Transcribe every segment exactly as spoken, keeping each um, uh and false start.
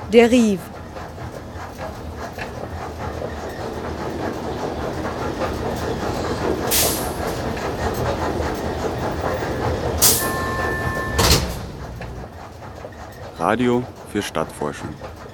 Der Rive. Radio für Stadtforschung.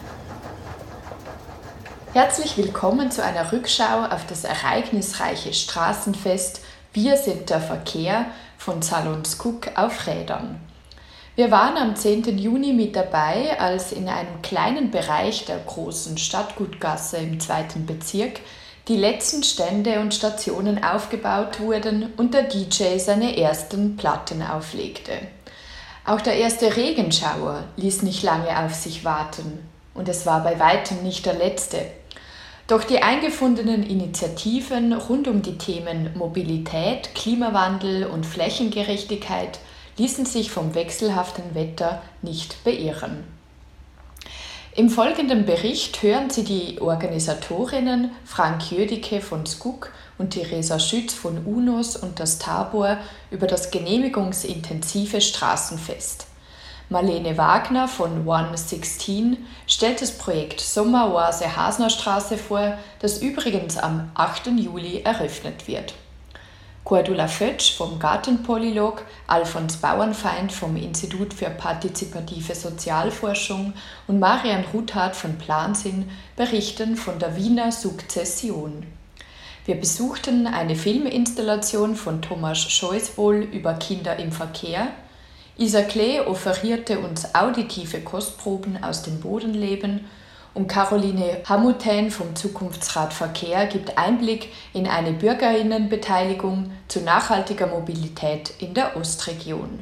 Herzlich willkommen zu einer Rückschau auf das ereignisreiche Straßenfest Wir sind der Verkehr von Salon Skuk auf Rädern. Wir waren am zehnten Juni mit dabei, als in einem kleinen Bereich der großen Stadtgutgasse im zweiten Bezirk die letzten Stände und Stationen aufgebaut wurden und der D J seine ersten Platten auflegte. Auch der erste Regenschauer ließ nicht lange auf sich warten und es war bei weitem nicht der letzte. Doch die eingefundenen Initiativen rund um die Themen Mobilität, Klimawandel und Flächengerechtigkeit ließen sich vom wechselhaften Wetter nicht beirren. Im folgenden Bericht hören Sie die Organisatorinnen Frank Jödicke von Skuk und Theresa Schütz von UNOS und das Tabor über das genehmigungsintensive Straßenfest. Marlene Wagner von One sechzehn stellt das Projekt Sommeroase Hasnerstraße vor, das übrigens am achten Juli eröffnet wird. Cordula Fötsch vom Gartenpolylog, Alfons Bauernfeind vom Institut für partizipative Sozialforschung und Marian Ruthardt von Plansinn berichten von der Wiener Sukzession. Wir besuchten eine Filminstallation von Thomas Scheuswohl über Kinder im Verkehr. Isa Klee offerierte uns auditive Kostproben aus dem Bodenleben und Caroline Hamuten vom Zukunftsrat Verkehr gibt Einblick in eine Bürgerinnenbeteiligung zu nachhaltiger Mobilität in der Ostregion.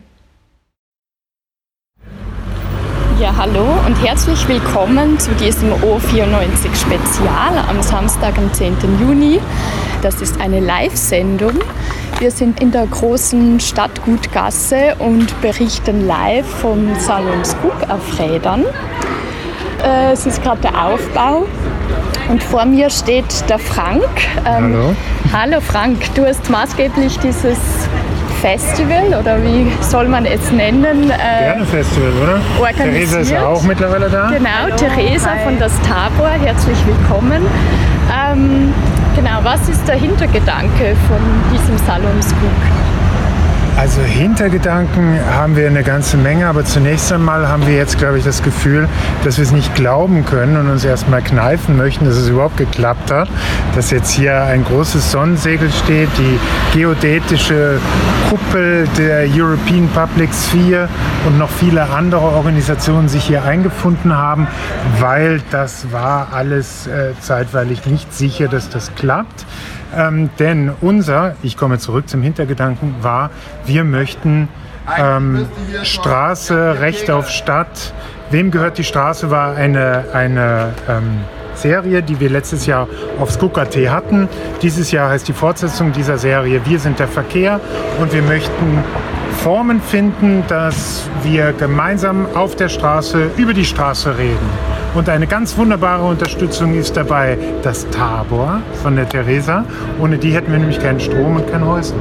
Ja, hallo und herzlich willkommen zu diesem O vierundneunzig Spezial am Samstag, am zehnten Juni. Das ist eine Live-Sendung. Wir sind in der großen Stadtgutgasse und berichten live vom Salon Skuk auf Rädern. Es ist gerade der Aufbau und vor mir steht der Frank. Ähm, hallo. Hallo Frank, du hast maßgeblich dieses Festival, oder wie soll man es nennen? Äh, Gerne Festival, oder? Organisiert. Theresa ist auch mittlerweile da. Genau, hallo. Theresa Hi. Von das Tabor, herzlich willkommen. Ähm, genau, was ist der Hintergedanke von diesem Salon Skuk? Also Hintergedanken haben wir eine ganze Menge, aber zunächst einmal haben wir jetzt, glaube ich, das Gefühl, dass wir es nicht glauben können und uns erstmal kneifen möchten, dass es überhaupt geklappt hat, dass jetzt hier ein großes Sonnensegel steht, die geodätische Kuppel der European Public Sphere und noch viele andere Organisationen sich hier eingefunden haben, weil das war alles äh, zeitweilig nicht sicher, dass das klappt. Ähm, denn unser, ich komme zurück zum Hintergedanken, war, wir möchten ähm, Straße, Recht auf Stadt. Wem gehört die Straße war eine, eine ähm, Serie, die wir letztes Jahr auf Skuk punkt at hatten. Dieses Jahr heißt die Fortsetzung dieser Serie Wir sind der Verkehr und wir möchten Formen finden, dass wir gemeinsam auf der Straße über die Straße reden. Und eine ganz wunderbare Unterstützung ist dabei das Tabor von der Theresa. Ohne die hätten wir nämlich keinen Strom und kein Häuschen.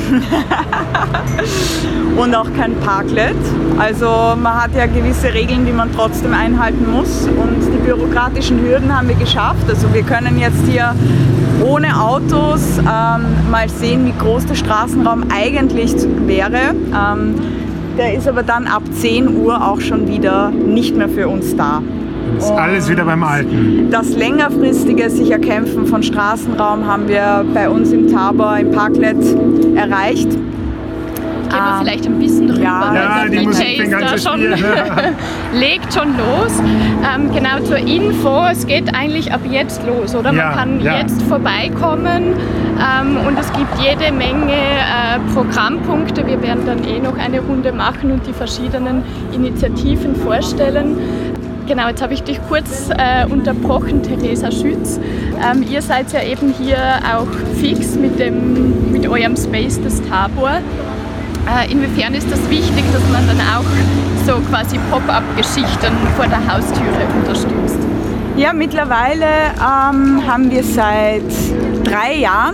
Und auch kein Parklet. Also man hat ja gewisse Regeln, die man trotzdem einhalten muss. Und die bürokratischen Hürden haben wir geschafft. Also wir können jetzt hier ohne Autos ähm, mal sehen, wie groß der Straßenraum eigentlich wäre. Ähm, der ist aber dann ab zehn Uhr auch schon wieder nicht mehr für uns da. Ist alles wieder beim Alten. Das längerfristige sich Erkämpfen von Straßenraum haben wir bei uns im Tabor im Parklet erreicht. Gehen wir vielleicht ein bisschen rüber, ja, weil ja, der die D Musik J da schon legt schon los. Ähm, genau zur Info, es geht eigentlich ab jetzt los, oder? Ja, man kann ja. jetzt vorbeikommen ähm, und es gibt jede Menge äh, Programmpunkte. Wir werden dann eh noch eine Runde machen und die verschiedenen Initiativen vorstellen. Genau, jetzt habe ich dich kurz äh, unterbrochen, Theresa Schütz. Ähm, ihr seid ja eben hier auch fix mit, dem, mit eurem Space des Tabor. Äh, inwiefern ist das wichtig, dass man dann auch so quasi Pop-up-Geschichten vor der Haustüre unterstützt? Ja, mittlerweile ähm, haben wir seit drei Jahren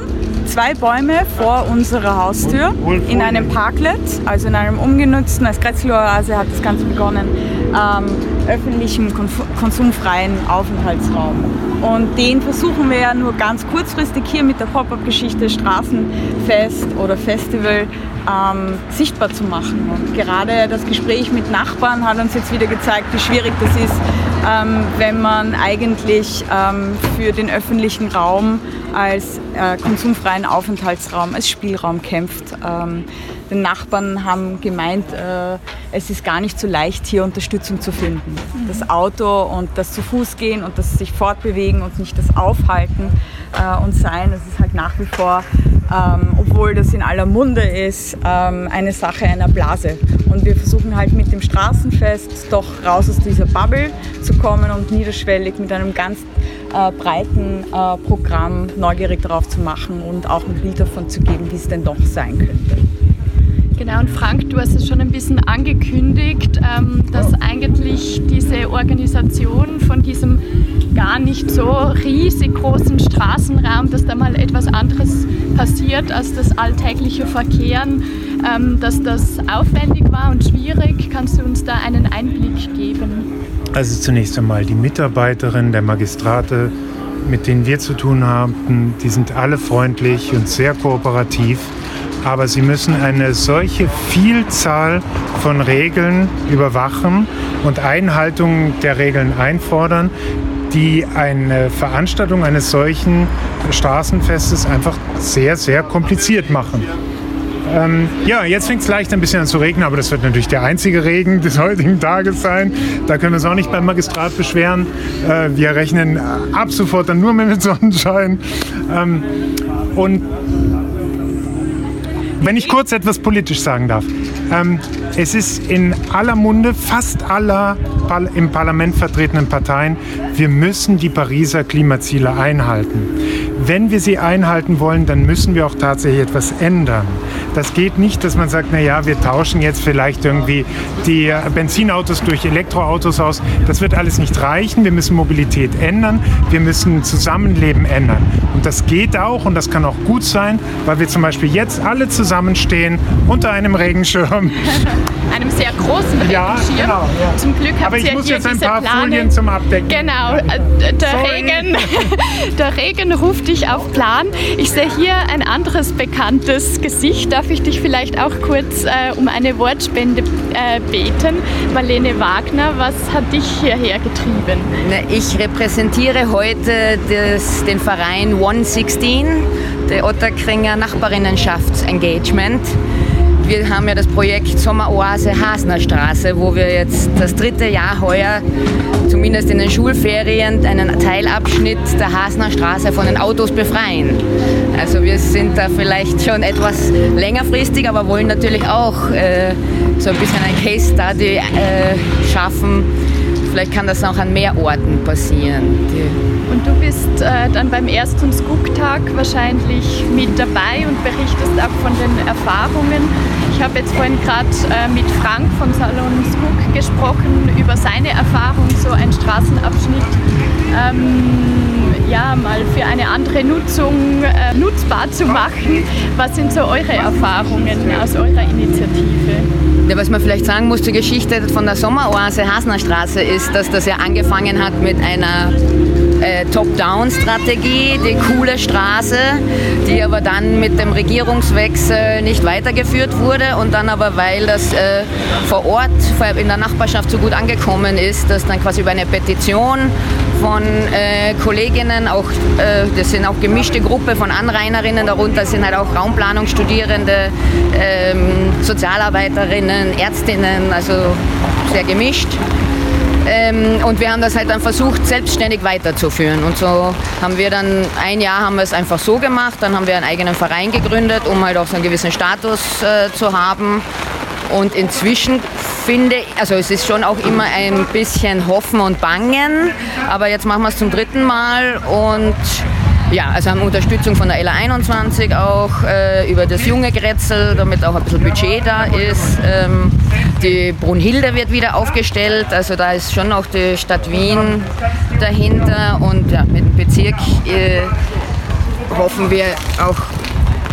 zwei Bäume vor unserer Haustür in einem Parklet, also in einem umgenutzten, als Grätzl-Oase hat das Ganze begonnen, ähm, öffentlichen, konsumfreien Aufenthaltsraum. Und den versuchen wir ja nur ganz kurzfristig hier mit der Pop-up-Geschichte Straßenfest oder Festival ähm, sichtbar zu machen. Und gerade das Gespräch mit Nachbarn hat uns jetzt wieder gezeigt, wie schwierig das ist, ähm, wenn man eigentlich ähm, für den öffentlichen Raum als äh, konsumfreien Aufenthaltsraum, als Spielraum kämpft. Ähm, Die Nachbarn haben gemeint, äh, es ist gar nicht so leicht, hier Unterstützung zu finden. Mhm. Das Auto und das zu Fuß gehen und das sich fortbewegen und nicht das Aufhalten äh, und Sein, das ist halt nach wie vor, ähm, obwohl das in aller Munde ist, ähm, eine Sache einer Blase. Und wir versuchen halt mit dem Straßenfest doch raus aus dieser Bubble zu kommen und niederschwellig mit einem ganz äh, breiten äh, Programm neugierig darauf zu machen und auch ein Bild davon zu geben, wie es denn doch sein könnte. Genau, und Frank, du hast es schon ein bisschen angekündigt, ähm, dass eigentlich diese Organisation von diesem gar nicht so riesig großen Straßenraum, dass da mal etwas anderes passiert als das alltägliche Verkehren, ähm, dass das aufwendig war und schwierig. Kannst du uns da einen Einblick geben? Also zunächst einmal die Mitarbeiterinnen der Magistrate, mit denen wir zu tun haben, die sind alle freundlich und sehr kooperativ. Aber sie müssen eine solche Vielzahl von Regeln überwachen und Einhaltung der Regeln einfordern, die eine Veranstaltung eines solchen Straßenfestes einfach sehr, sehr kompliziert machen. Ähm, ja, jetzt fängt es leicht ein bisschen an zu regnen, aber das wird natürlich der einzige Regen des heutigen Tages sein. Da können wir uns auch nicht beim Magistrat beschweren. Äh, wir rechnen ab sofort dann nur mit Sonnenschein. Ähm, und Wenn ich kurz etwas politisch sagen darf. Ähm, es ist in aller Munde, fast aller Par- im Parlament vertretenen Parteien, wir müssen die Pariser Klimaziele einhalten. Wenn wir sie einhalten wollen, dann müssen wir auch tatsächlich etwas ändern. Das geht nicht, dass man sagt, naja, wir tauschen jetzt vielleicht irgendwie die Benzinautos durch Elektroautos aus. Das wird alles nicht reichen. Wir müssen Mobilität ändern. Wir müssen Zusammenleben ändern. Und das geht auch und das kann auch gut sein, weil wir zum Beispiel jetzt alle zusammenstehen unter einem Regenschirm. Einem sehr großen Regenschirm. Ja, genau, ja. Zum Glück habt Aber ich ihr muss hier jetzt ein diese paar Plane. Folien zum Abdecken. Genau, der Regen, der Regen ruft dich auf Plan. Ich sehe hier ein anderes bekanntes Gesicht. Darf ich dich vielleicht auch kurz äh, um eine Wortspende äh, beten? Marlene Wagner, was hat dich hierher getrieben? Ich repräsentiere heute das, den Verein one sixteen, der Ottakringer Nachbarinnenschaftsengagement. Wir haben ja das Projekt Sommeroase Hasnerstraße, wo wir jetzt das dritte Jahr heuer, zumindest in den Schulferien, einen Teilabschnitt der Hasnerstraße von den Autos befreien. Also wir sind da vielleicht schon etwas längerfristig, aber wollen natürlich auch äh, so ein bisschen ein Case Study äh, schaffen. Vielleicht kann das auch an mehr Orten passieren. Und du bist äh, dann beim ersten Skook-Tag wahrscheinlich mit dabei und berichtest auch von den Erfahrungen. Ich habe jetzt vorhin gerade äh, mit Frank vom Salon Skook gesprochen über seine Erfahrung, so ein Straßenabschnitt ähm, ja, mal für eine andere Nutzung äh, nutzbar zu machen. Was sind so eure Erfahrungen aus eurer Initiative? Ja, was man vielleicht sagen muss zur Geschichte von der Sommeroase Hasnerstraße ist, dass das ja angefangen hat mit einer äh, Top-Down-Strategie, die coole Straße, die aber dann mit dem Regierungswechsel nicht weitergeführt wurde und dann aber, weil das äh, vor Ort in der Nachbarschaft so gut angekommen ist, dass dann quasi über eine Petition von äh, Kolleginnen, auch, äh, das sind auch gemischte Gruppe von Anrainerinnen, darunter sind halt auch Raumplanungsstudierende, ähm, Sozialarbeiterinnen, Ärztinnen, also sehr gemischt. Ähm, und wir haben das halt dann versucht, selbstständig weiterzuführen. Und so haben wir dann, ein Jahr haben wir es einfach so gemacht, dann haben wir einen eigenen Verein gegründet, um halt auch so einen gewissen Status äh, zu haben. Und inzwischen finde ich, also es ist schon auch immer ein bisschen Hoffen und Bangen, aber jetzt machen wir es zum dritten Mal und ja, also haben Unterstützung von der L A einundzwanzig auch, äh, über das junge Grätzl, damit auch ein bisschen Budget da ist. Ähm, die Brunhilde wird wieder aufgestellt, also da ist schon auch die Stadt Wien dahinter und ja, mit dem Bezirk äh, hoffen wir auch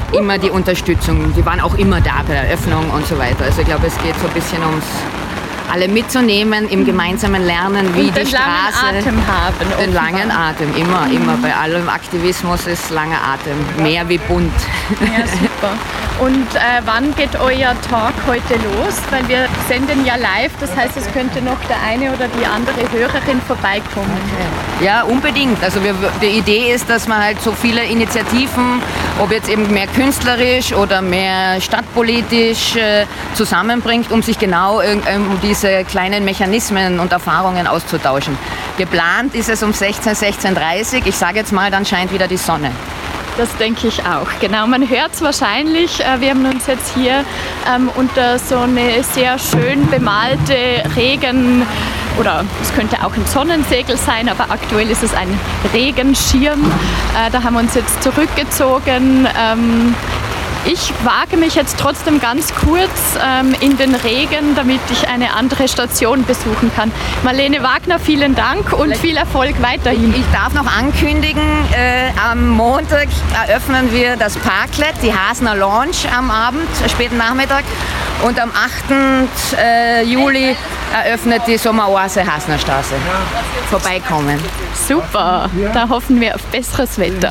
immer die Unterstützung. Die waren auch immer da bei der Eröffnung und so weiter. Also ich glaube, es geht so ein bisschen ums alle mitzunehmen im gemeinsamen Lernen, wie und die den Straße. Langen Atem haben. Den langen Atem, immer, immer. Bei allem Aktivismus ist langer Atem. Mehr wie bunt. Ja, super. Und äh, wann geht euer Talk heute los? Weil wir senden ja live, das heißt, es könnte noch der eine oder die andere Hörerin vorbeikommen. Okay. Ja, unbedingt. Also wir, die Idee ist, dass man halt so viele Initiativen, ob jetzt eben mehr künstlerisch oder mehr stadtpolitisch äh, zusammenbringt, um sich genau äh, um diese kleinen Mechanismen und Erfahrungen auszutauschen. Geplant ist es um sechzehn, sechzehn Uhr dreißig. Ich sage jetzt mal, dann scheint wieder die Sonne. Das denke ich auch. Genau, man hört es wahrscheinlich. Wir haben uns jetzt hier ähm, unter so eine sehr schön bemalte Regen- oder es könnte auch ein Sonnensegel sein, aber aktuell ist es ein Regenschirm. Äh, da haben wir uns jetzt zurückgezogen. Ähm, Ich wage mich jetzt trotzdem ganz kurz ähm, in den Regen, damit ich eine andere Station besuchen kann. Marlene Wagner, vielen Dank und viel Erfolg weiterhin. Ich darf noch ankündigen, äh, am Montag eröffnen wir das Parklet, die Hasner Lounge am Abend, späten Nachmittag. Und am achten Juli eröffnet die Sommeroase Hasnerstraße. Vorbeikommen. Super, da hoffen wir auf besseres Wetter.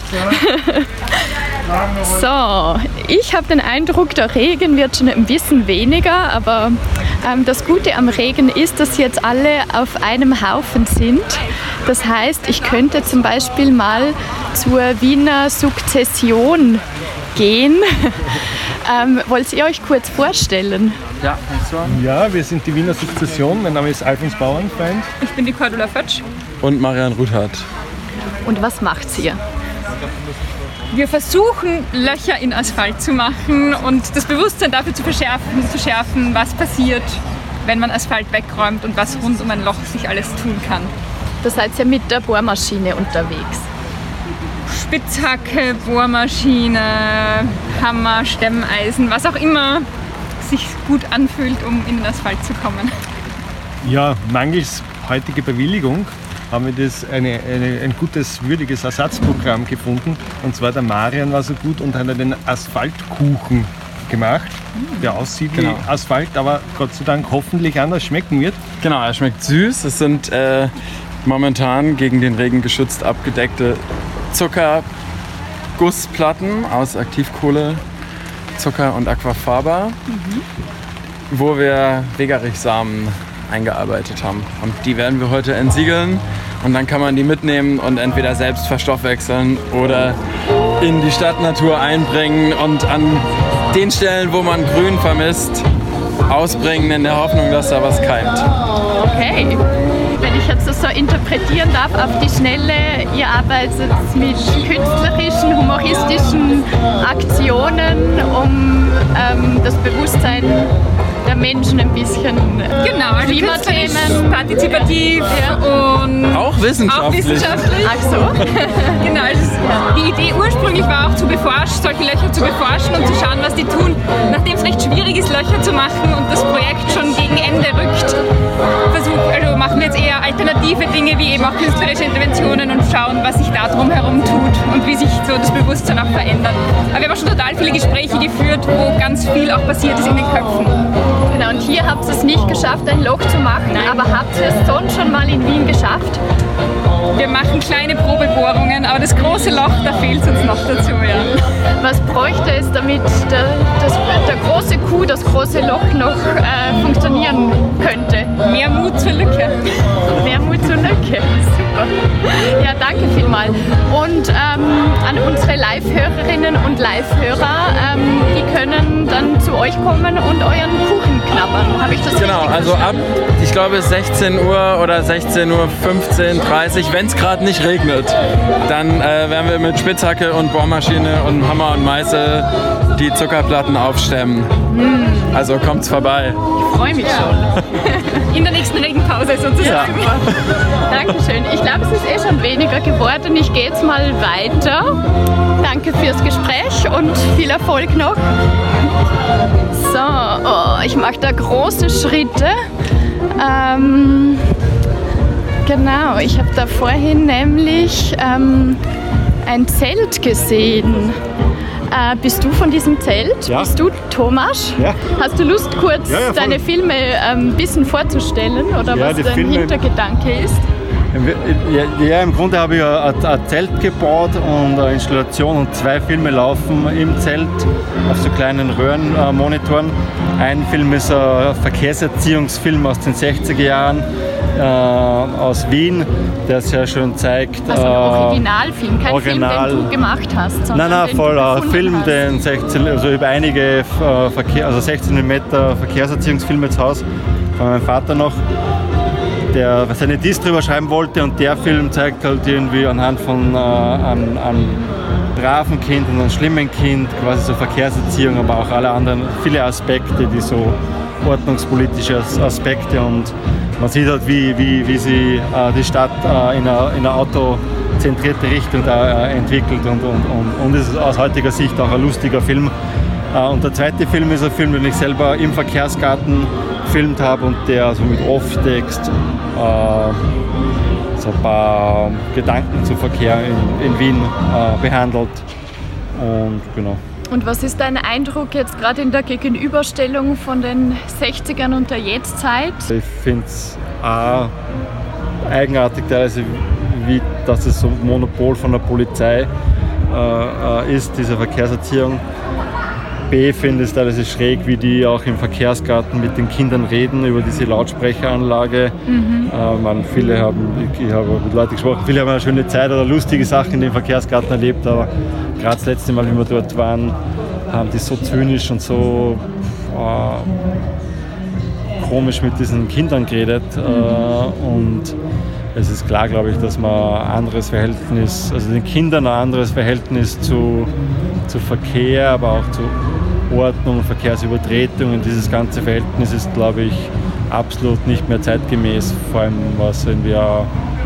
So, ich habe den Eindruck, der Regen wird schon ein bisschen weniger, aber ähm, das Gute am Regen ist, dass sie jetzt alle auf einem Haufen sind. Das heißt, ich könnte zum Beispiel mal zur Wiener Sukzession gehen. ähm, wollt ihr euch kurz vorstellen? Ja, ja, wir sind die Wiener Sukzession. Mein Name ist Alfons Bauernfeind. Ich bin die Cordula Fötsch. Und Marian Ruthardt. Und was macht ihr? Wir versuchen, Löcher in Asphalt zu machen und das Bewusstsein dafür zu verschärfen, zu schärfen, was passiert, wenn man Asphalt wegräumt und was rund um ein Loch sich alles tun kann. Da seid ihr mit der Bohrmaschine unterwegs. Spitzhacke, Bohrmaschine, Hammer, Stemmeisen, was auch immer sich gut anfühlt, um in den Asphalt zu kommen. Ja, mangels heutiger Bewilligung haben wir das eine, eine, ein gutes, würdiges Ersatzprogramm gefunden. Und zwar der Marian war so gut und hat den Asphaltkuchen gemacht, der aussieht genau wie Asphalt, aber Gott sei Dank hoffentlich anders schmecken wird. Genau, er schmeckt süß. Es sind äh, momentan gegen den Regen geschützt abgedeckte Zuckergussplatten aus Aktivkohle, Zucker und Aquafaba, mhm. wo wir Wegerich-Samen eingearbeitet haben. Und die werden wir heute entsiegeln und dann kann man die mitnehmen und entweder selbst verstoffwechseln oder in die Stadtnatur einbringen und an den Stellen, wo man Grün vermisst, ausbringen in der Hoffnung, dass da was keimt. Okay. Wenn ich jetzt das so interpretieren darf, auf die Schnelle, ihr arbeitet mit künstlerischen, humoristischen Aktionen, um ähm, das Bewusstsein der Menschen ein bisschen genau, also Klimathemen, partizipativ ja. und auch wissenschaftlich. Auch wissenschaftlich. Ach so. Genau, also die Idee ursprünglich war auch zu beforschen, solche Löcher zu beforschen und zu schauen, was die tun. Nachdem es recht schwierig ist, Löcher zu machen und das Projekt schon gegen Ende rückt, versuch, also machen wir jetzt eher alternative Dinge wie eben auch künstlerische Interventionen und schauen, was sich da drumherum tut und wie sich so das Bewusstsein auch verändert. Aber wir haben auch schon total viele Gespräche geführt, wo ganz viel auch passiert ist in den Köpfen. Genau, und hier habt ihr es nicht geschafft, ein Loch zu machen, Nein. aber habt ihr es sonst schon mal in Wien geschafft? Wir machen kleine Probebohrungen, aber das große Loch, da fehlt es uns noch dazu, ja. Was bräuchte es, damit der, das, der große Kuh, das große Loch noch äh, funktionieren könnte? Mehr Mut zur Lücke. Mehr Mut zur Lücke, super. Ja, danke vielmals. Und ähm, an unsere Live-Hörerinnen und Live-Hörer, ähm, die können dann zu euch kommen und euren Kuchen knabbern. Habe ich das Genau, richtig also ab, ich glaube sechzehn Uhr oder sechzehn Uhr fünfzehn, dreißig, wenn es gerade nicht regnet, dann äh, werden wir mit Spitzhacke und Bohrmaschine und Hammer und Meißel die Zuckerplatten aufstemmen. Mm. Also kommt's vorbei. Ich freue mich ja. schon. In der nächsten Regenpause sozusagen. Ja. Dankeschön. Ich glaube, es ist eh schon weniger geworden. Ich gehe jetzt mal weiter. Danke fürs Gespräch und viel Erfolg noch. So, oh, ich mache da große Schritte. Ähm, genau, ich habe da vorhin nämlich ähm, ein Zelt gesehen. Äh, bist du von diesem Zelt? Ja. Bist du Thomas? Ja. Hast du Lust, kurz Ja, ja, voll. deine Filme ein ähm, bisschen vorzustellen oder Ja, was die dein Filme- Hintergedanke ist? Ja, ja, im Grunde habe ich ein, ein Zelt gebaut und eine Installation und zwei Filme laufen im Zelt auf so kleinen Röhrenmonitoren. Ein Film ist ein Verkehrserziehungsfilm aus den sechziger Jahren äh, aus Wien, der sehr schön zeigt. Also ein äh, Originalfilm, kein Original. Film, den du gemacht hast, sondern Nein, nein, den voll du ein gefunden Film, hast. den sechzehn, also über einige äh, Verkehr, also sechzehn Millimeter Verkehrserziehungsfilme zu Hause von meinem Vater noch, der seine Diss drüber schreiben wollte, und der Film zeigt halt irgendwie anhand von äh, einem, einem braven Kind und einem schlimmen Kind quasi so Verkehrserziehung, aber auch alle anderen, viele Aspekte, die so ordnungspolitische As- Aspekte, und man sieht halt, wie, wie, wie sie äh, die Stadt äh, in eine, in eine autozentrierte Richtung da, äh, entwickelt, und, und, und, und ist aus heutiger Sicht auch ein lustiger Film. Äh, und der zweite Film ist ein Film, den ich selber im Verkehrsgarten gefilmt habe und der so mit Off-Text äh, so ein paar Gedanken zum Verkehr in, in Wien äh, behandelt. Und genau. Und was ist dein Eindruck jetzt gerade in der Gegenüberstellung von den sechzigern und der Jetztzeit? Ich finde es auch eigenartig teilweise, wie dass es so ein Monopol von der Polizei äh, ist, diese Verkehrserziehung. B, finde ich es teilweise schräg, wie die auch im Verkehrsgarten mit den Kindern reden über diese Lautsprecheranlage. Mhm. Äh, man, viele haben, ich, ich habe mit Leuten gesprochen, viele haben eine schöne Zeit oder lustige Sachen in dem Verkehrsgarten erlebt, aber gerade das letzte Mal, wie wir dort waren, haben die so zynisch und so äh, komisch mit diesen Kindern geredet. Mhm. Äh, und es ist klar, glaube ich, dass man ein anderes Verhältnis, also den Kindern ein anderes Verhältnis zu, zu Verkehr, aber auch zu Ordnung, Verkehrsübertretungen, dieses ganze Verhältnis ist, glaube ich, absolut nicht mehr zeitgemäß, vor allem was irgendwie auch,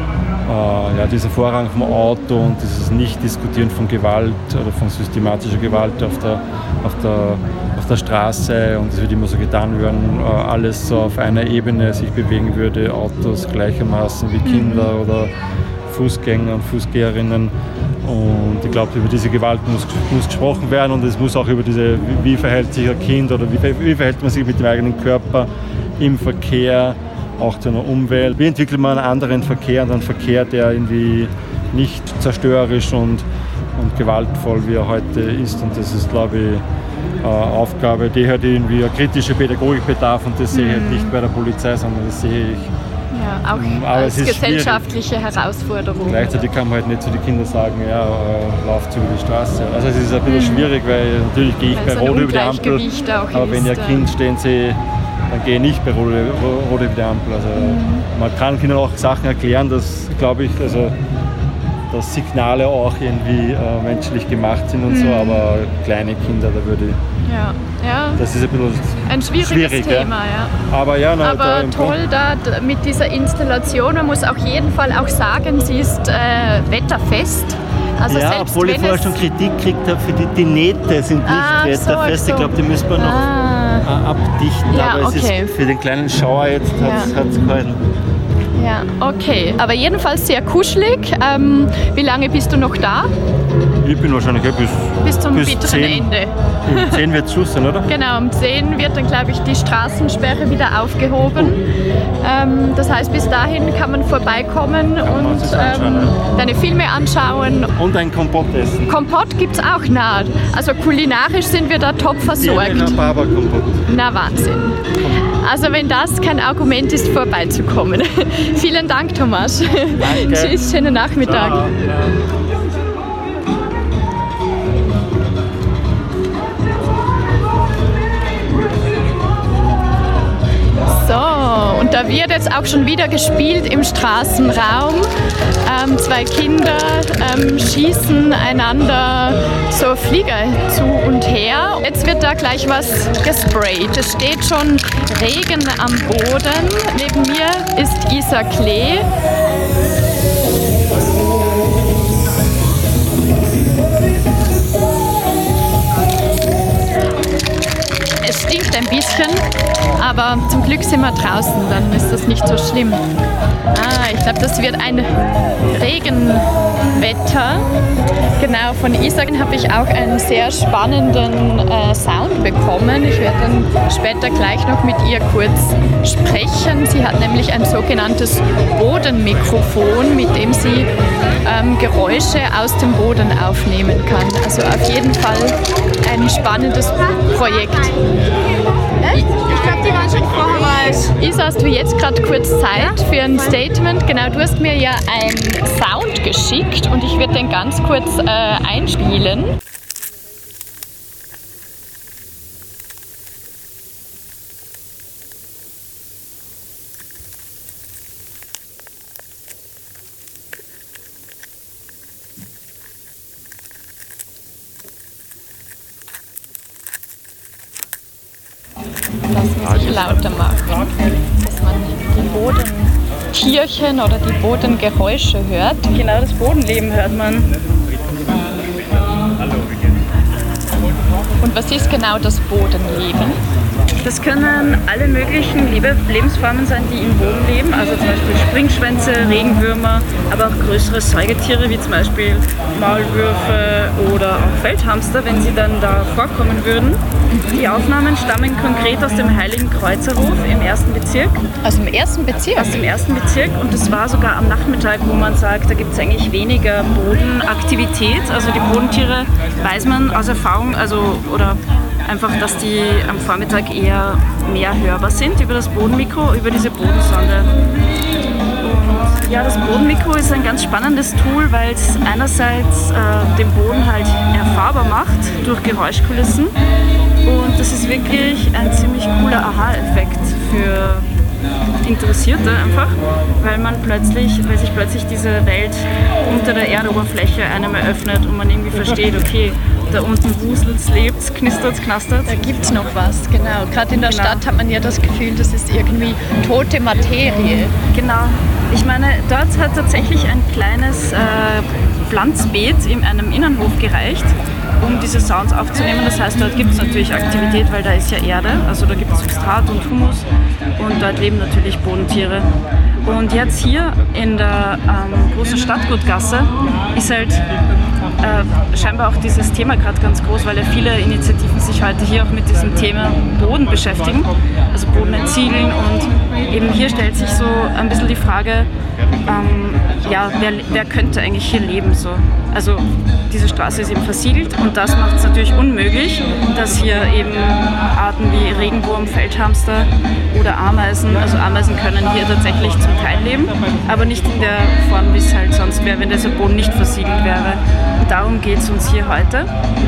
äh, ja, dieser Vorrang vom Auto und dieses Nicht-Diskutieren von Gewalt oder von systematischer Gewalt auf der, auf der, auf der Straße, und es wird immer so getan, wie wenn äh, alles so auf einer Ebene sich bewegen würde, Autos gleichermaßen wie Kinder mhm. oder Fußgänger und Fußgängerinnen. Und ich glaube, über diese Gewalt muss, muss gesprochen werden, und es muss auch über diese, wie, wie verhält sich ein Kind oder wie, wie verhält man sich mit dem eigenen Körper im Verkehr, auch zu einer Umwelt. Wie entwickelt man einen anderen Verkehr, und einen Verkehr, der irgendwie nicht zerstörerisch und, und gewaltvoll wie er heute ist. Und das ist, glaube ich, eine Aufgabe, die halt irgendwie eine kritische Pädagogik bedarf, und das sehe ich halt nicht bei der Polizei, sondern das sehe ich. Ja, auch Aber als es ist gesellschaftliche Herausforderung. Gleichzeitig kann man halt nicht zu den Kindern sagen, ja, äh, lauft über die Straße. Also es ist ein bisschen mhm. schwierig, weil natürlich gehe ich weil bei so ein Rot über die Ampel, auch aber wenn ich ein Kind stehen sehe, dann gehe ich nicht bei Rot, Rot über die Ampel. Also mhm. man kann Kindern auch Sachen erklären, dass, glaube ich, also dass Signale auch irgendwie äh, menschlich gemacht sind und mhm. so, aber kleine Kinder, da würde ich... Ja, ja. Das ist ein bisschen ein schwieriges schwierig, Thema, ja. Aber, ja, na, Aber da toll da mit dieser Installation. Man muss auf jeden Fall auch sagen, sie ist äh, wetterfest. Also ja, selbst obwohl ich wenn vorher es schon Kritik gekriegt habe, für die, die Nähte sind nicht Ah, wetterfest. so, Ich glaube, die müssen wir noch ah. äh, abdichten. Ja, aber es okay. ist für den kleinen Schauer jetzt hat es Ja. gehalten. Ja, okay. Aber jedenfalls sehr kuschelig. Ähm, wie lange bist du noch da? Ich bin wahrscheinlich ja, bis, Bis zum bis bitteren zehn. Ende. Um zehn wird Schluss sein, oder? Genau, um zehn wird dann, glaube ich, die Straßensperre wieder aufgehoben. Ähm, das heißt, bis dahin kann man vorbeikommen Kann man und sich anschauen, ähm, ja. deine Filme anschauen. Und ein Kompott essen. Kompott gibt es auch nah. Also kulinarisch sind wir da top versorgt. Rhabarberkompott. Na, Wahnsinn. Also wenn das kein Argument ist, vorbeizukommen. Vielen Dank, Thomas. Danke. Tschüss, schönen Nachmittag. Ciao. So, und da wird jetzt auch schon wieder gespielt im Straßenraum. Ähm, zwei Kinder ähm, schießen einander so Flieger zu und her. Jetzt wird da gleich was gesprayt. Es steht schon Regen am Boden. Neben mir ist Isa Klee. Es stinkt riecht ein bisschen, aber zum Glück sind wir draußen, dann ist das nicht so schlimm. Ah, ich glaube, das wird ein Regenwetter. Genau, von Isaac habe ich auch einen sehr spannenden äh, Sound bekommen. Ich werde dann später gleich noch mit ihr kurz sprechen. Sie hat nämlich ein sogenanntes Bodenmikrofon, mit dem sie ähm, Geräusche aus dem Boden aufnehmen kann. Also auf jeden Fall ein spannendes Projekt. Ich glaube, die waren schon vorher. Isa, hast du jetzt gerade kurz Zeit für ein Statement? Genau, du hast mir ja einen Sound geschickt und ich werde den ganz kurz äh, einspielen. Lass mich lauter machen, dass man die Bodentierchen oder die Bodengeräusche hört. Genau, das Bodenleben hört man. Und was ist genau das Bodenleben? Das können alle möglichen Lebe- Lebensformen sein, die im Boden leben, also zum Beispiel Springschwänze, Regenwürmer, aber auch größere Säugetiere wie zum Beispiel Maulwürfe oder auch Feldhamster, wenn sie dann da vorkommen würden. Die Aufnahmen stammen konkret aus dem Heiligen Kreuzerhof im ersten Bezirk. Aus dem ersten Bezirk? Aus dem ersten Bezirk, und das war sogar am Nachmittag, wo man sagt, da gibt es eigentlich weniger Bodenaktivität. Also die Bodentiere weiß man aus Erfahrung, also oder einfach, dass die am Vormittag eher mehr hörbar sind über das Bodenmikro, über diese Bodensonde. Und ja, das Bodenmikro ist ein ganz spannendes Tool, weil es einerseits äh, den Boden halt erfahrbar macht durch Geräuschkulissen, und das ist wirklich ein ziemlich cooler Aha-Effekt für Interessierte einfach, weil man plötzlich, weil sich plötzlich diese Welt unter der Erdoberfläche einem eröffnet und man irgendwie versteht, okay, da unten wuselt's, lebt's, knistert's, knastert's. Da gibt's noch was, genau. Gerade in der genau. Stadt hat man ja das Gefühl, das ist irgendwie tote Materie. Genau. Ich meine, dort hat tatsächlich ein kleines äh, Pflanzbeet in einem Innenhof gereicht, um diese Sounds aufzunehmen. Das heißt, dort gibt es natürlich Aktivität, weil da ist ja Erde, also da gibt es Substrat und Humus, und dort leben natürlich Bodentiere. Und jetzt hier in der ähm, großen Stadtgutgasse ist halt äh, scheinbar auch dieses Thema gerade ganz groß, weil ja viele Initiativen sich heute hier auch mit diesem Thema Boden beschäftigen, also Boden entsiegeln, und eben hier stellt sich so ein bisschen die Frage, ähm, ja, wer, wer könnte eigentlich hier leben so? Also diese Straße ist eben versiegelt, und das macht es natürlich unmöglich, dass hier eben Arten wie Regenwurm, Feldhamster oder Ameisen, also Ameisen können hier tatsächlich zum Teil leben, aber nicht in der Form, wie es halt sonst wäre, wenn dieser Boden nicht versiegelt wäre. Und darum geht es uns hier heute.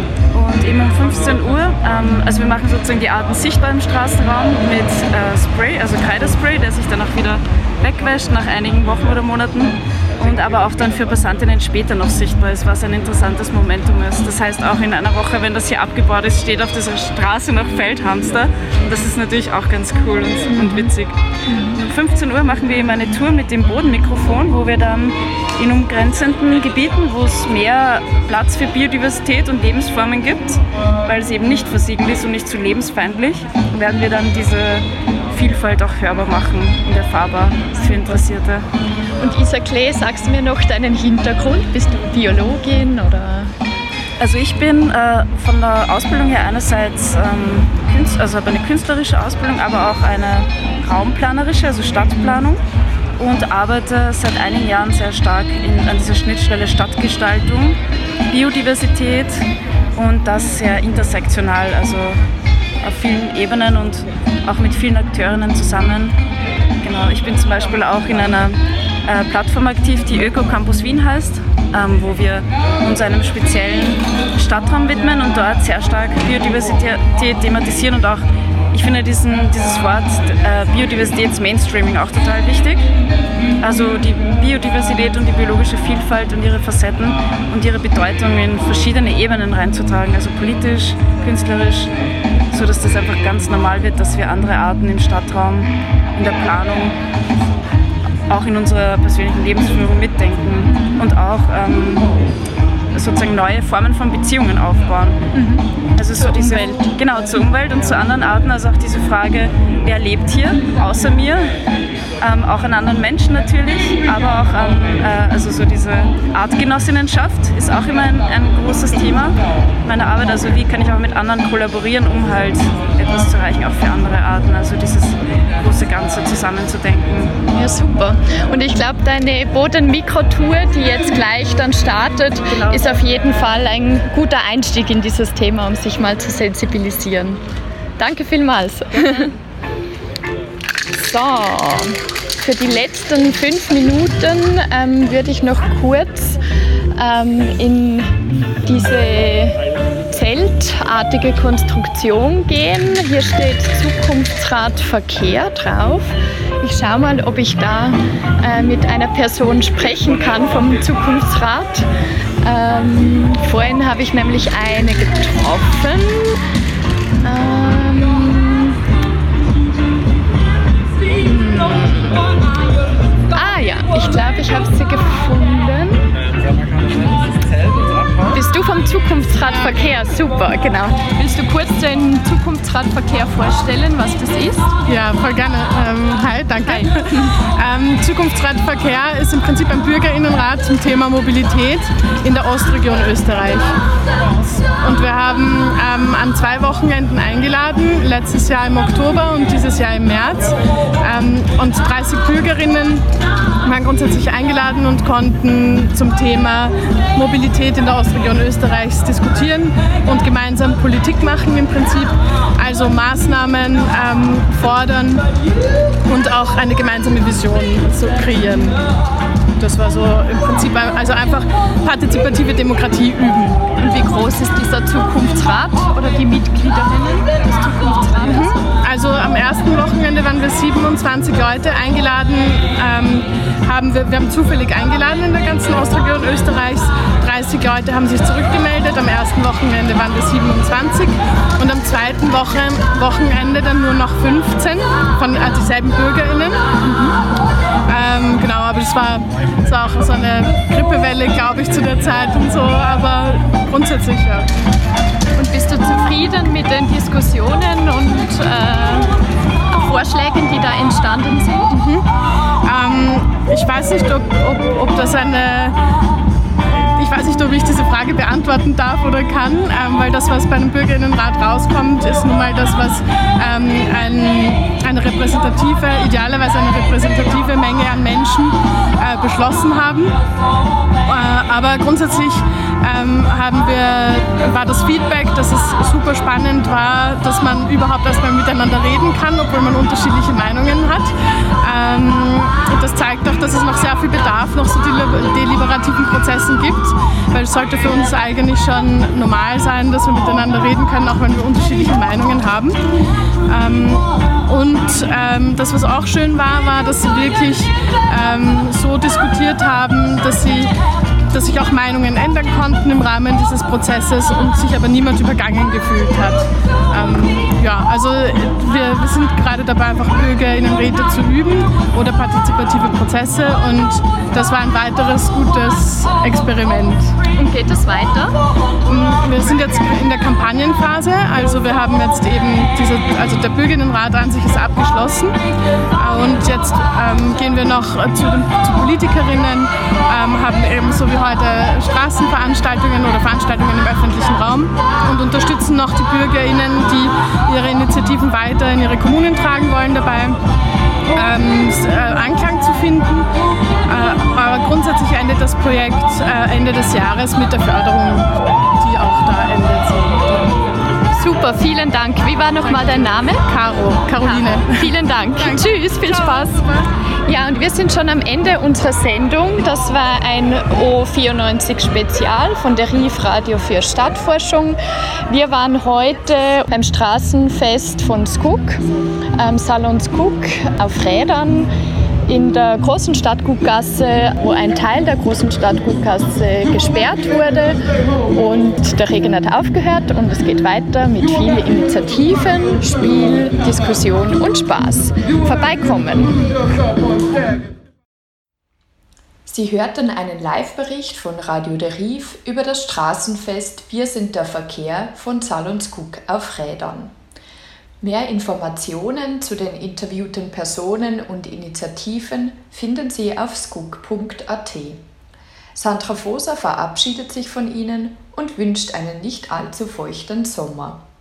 Und eben um fünfzehn Uhr, ähm, also wir machen sozusagen die Arten sichtbar im Straßenraum mit äh, Spray, also Kreidespray, der sich dann auch wieder wegwäscht nach einigen Wochen oder Monaten, und aber auch dann für Passantinnen später noch sichtbar ist, was ein interessantes Momentum ist. Das heißt, auch in einer Woche, wenn das hier abgebaut ist, steht auf dieser Straße noch Feldhamster, und das ist natürlich auch ganz cool und, und witzig. Um fünfzehn Uhr machen wir eben eine Tour mit dem Bodenmikrofon, wo wir dann in umgrenzenden Gebieten, wo es mehr Platz für Biodiversität und Lebensformen gibt, weil es eben nicht versiegelt ist und nicht zu lebensfeindlich, werden wir dann diese Vielfalt auch hörbar machen und erfahrbar für Interessierte. Und Isa Klee, sagst du mir noch deinen Hintergrund? Bist du Biologin oder? Also ich bin äh, von der Ausbildung her einerseits ähm, Künst, also habe eine künstlerische Ausbildung, aber auch eine raumplanerische, also Stadtplanung, und arbeite seit einigen Jahren sehr stark in, an dieser Schnittstelle Stadtgestaltung, Biodiversität, und das sehr intersektional, also auf vielen Ebenen und auch mit vielen Akteurinnen zusammen. Genau, ich bin zum Beispiel auch in einer äh, Plattform aktiv, die Öko-Campus Wien heißt, ähm, wo wir uns einem speziellen Stadtraum widmen und dort sehr stark Biodiversität thematisieren, und auch, ich finde diesen, dieses Wort äh, Biodiversitäts-Mainstreaming auch total wichtig. Also die Biodiversität und die biologische Vielfalt und ihre Facetten und ihre Bedeutung in verschiedene Ebenen reinzutragen, also politisch, künstlerisch, so dass das einfach ganz normal wird, dass wir andere Arten im Stadtraum, in der Planung, auch in unserer persönlichen Lebensführung mitdenken, und auch ähm, sozusagen neue Formen von Beziehungen aufbauen. Mhm. Also so diese, Umwelt. Genau, zur Umwelt und zu anderen Arten. Also auch diese Frage, wer lebt hier außer mir? Ähm, auch an anderen Menschen natürlich, aber auch an, äh, also so diese Artgenossinnenschaft ist auch immer ein, ein großes Thema meiner Arbeit. Also wie kann ich auch mit anderen kollaborieren, um halt etwas zu erreichen, auch für andere Arten. Also dieses große Ganze zusammenzudenken. Ja, super. Und ich glaube, deine Boden-Mikro-Tour, die jetzt gleich dann startet, genau. ist auf jeden Fall ein guter Einstieg in dieses Thema, um sich mal zu sensibilisieren. Danke vielmals. Ja. So, für die letzten fünf Minuten ähm, würde ich noch kurz ähm, in diese zeltartige Konstruktion gehen. Hier steht Zukunftsrat Verkehr drauf. Ich schaue mal, ob ich da äh, mit einer Person sprechen kann vom Zukunftsrat. Ähm, vorhin habe ich nämlich eine getroffen. Ähm, Ah ja, ich glaube, ich habe sie gefunden. Bist du vom Zukunftsrat Verkehr? Super, genau. Willst du kurz den Zukunftsrat Verkehr vorstellen, was das ist? Ja, voll gerne. Ähm, hi, danke. Hi. ähm, Zukunftsrat Verkehr ist im Prinzip ein Bürgerinnenrat zum Thema Mobilität in der Ostregion Österreich. Und wir haben ähm, an zwei Wochenenden eingeladen, letztes Jahr im Oktober und dieses Jahr im März. Ähm, und dreißig Bürgerinnen waren grundsätzlich eingeladen und konnten zum Thema Mobilität in der Ostregion Österreichs diskutieren und gemeinsam Politik machen im Prinzip, also Maßnahmen ähm, fordern und auch eine gemeinsame Vision so kreieren. Das war so im Prinzip also einfach partizipative Demokratie üben. Und wie groß ist dieser Zukunftsrat oder die Mitgliederinnen des Zukunftsrates? Mhm. Also am ersten Wochenende waren wir siebenundzwanzig Leute eingeladen. Ähm, haben wir, wir haben zufällig eingeladen in der ganzen Ostregion Österreichs. dreißig Leute haben sich zurückgemeldet. Am ersten Wochenende waren wir siebenundzwanzig und am zweiten Woche, Wochenende dann nur noch fünfzehn von äh, dieselben BürgerInnen. Mhm. Ähm, genau, aber das war, das war auch so eine Grippewelle, glaube ich, zu der Zeit und so, aber grundsätzlich ja. Und bist du zufrieden mit den Diskussionen und äh, Vorschlägen, die da entstanden sind? Mhm. Ähm, ich weiß nicht, ob, ob, ob das eine... Ich weiß nicht, ob ich diese Frage beantworten darf oder kann, ähm, weil das, was bei einem Bürgerinnenrat rauskommt, ist nun mal das, was ähm, ein, eine repräsentative, idealerweise eine repräsentative Menge an Menschen äh, beschlossen haben. Äh, aber grundsätzlich ähm, haben wir, war das Feedback, dass es super spannend war, dass man überhaupt erstmal miteinander reden kann, obwohl man unterschiedliche Meinungen hat. Ähm, das zeigt auch, dass es noch sehr viel Bedarf nach so deliberativen Prozessen gibt. Weil es sollte für uns eigentlich schon normal sein, dass wir miteinander reden können, auch wenn wir unterschiedliche Meinungen haben. Ähm, und ähm, das, was auch schön war, war, dass sie wirklich ähm, so diskutiert haben, dass sie dass sich auch Meinungen ändern konnten im Rahmen dieses Prozesses und sich aber niemand übergangen gefühlt hat. Ähm, ja, also wir, wir sind gerade dabei, einfach BürgerInnenräte zu üben oder partizipative Prozesse und das war ein weiteres gutes Experiment. Und geht es weiter? Wir sind jetzt in der Kampagnenphase, also wir haben jetzt eben diese, also der Bürgerinnenrat an sich ist abgeschlossen und jetzt ähm, gehen wir noch zu, den, zu Politikerinnen, ähm, haben eben so wie heute Straßenveranstaltungen oder Veranstaltungen im öffentlichen Raum und unterstützen noch die BürgerInnen, die ihre Initiativen weiter in ihre Kommunen tragen wollen, dabei ähm, Anklang zu finden. Äh, aber grundsätzlich endet das Projekt äh, Ende des Jahres mit der Förderung, die auch da endet. So. Super, vielen Dank. Wie war nochmal dein Name? Caro, Caroline. Caro. Vielen Dank. Danke. Tschüss, viel Spaß. Ja, und wir sind schon am Ende unserer Sendung. Das war ein O vierundneunzig Spezial von der R I F Radio für Stadtforschung. Wir waren heute beim Straßenfest von Skuk, ähm, Salon Skuk auf Rädern in der großen Stadtgutgasse, wo ein Teil der großen Stadtgutgasse gesperrt wurde und der Regen hat aufgehört und es geht weiter mit vielen Initiativen, Spiel, Diskussion und Spaß. Vorbeikommen! Sie hörten einen Live-Bericht von Radio de Rief über das Straßenfest Wir sind der Verkehr von Salonskuk auf Rädern. Mehr Informationen zu den interviewten Personen und Initiativen finden Sie auf skuk punkt a t. Sandra Foser verabschiedet sich von Ihnen und wünscht einen nicht allzu feuchten Sommer.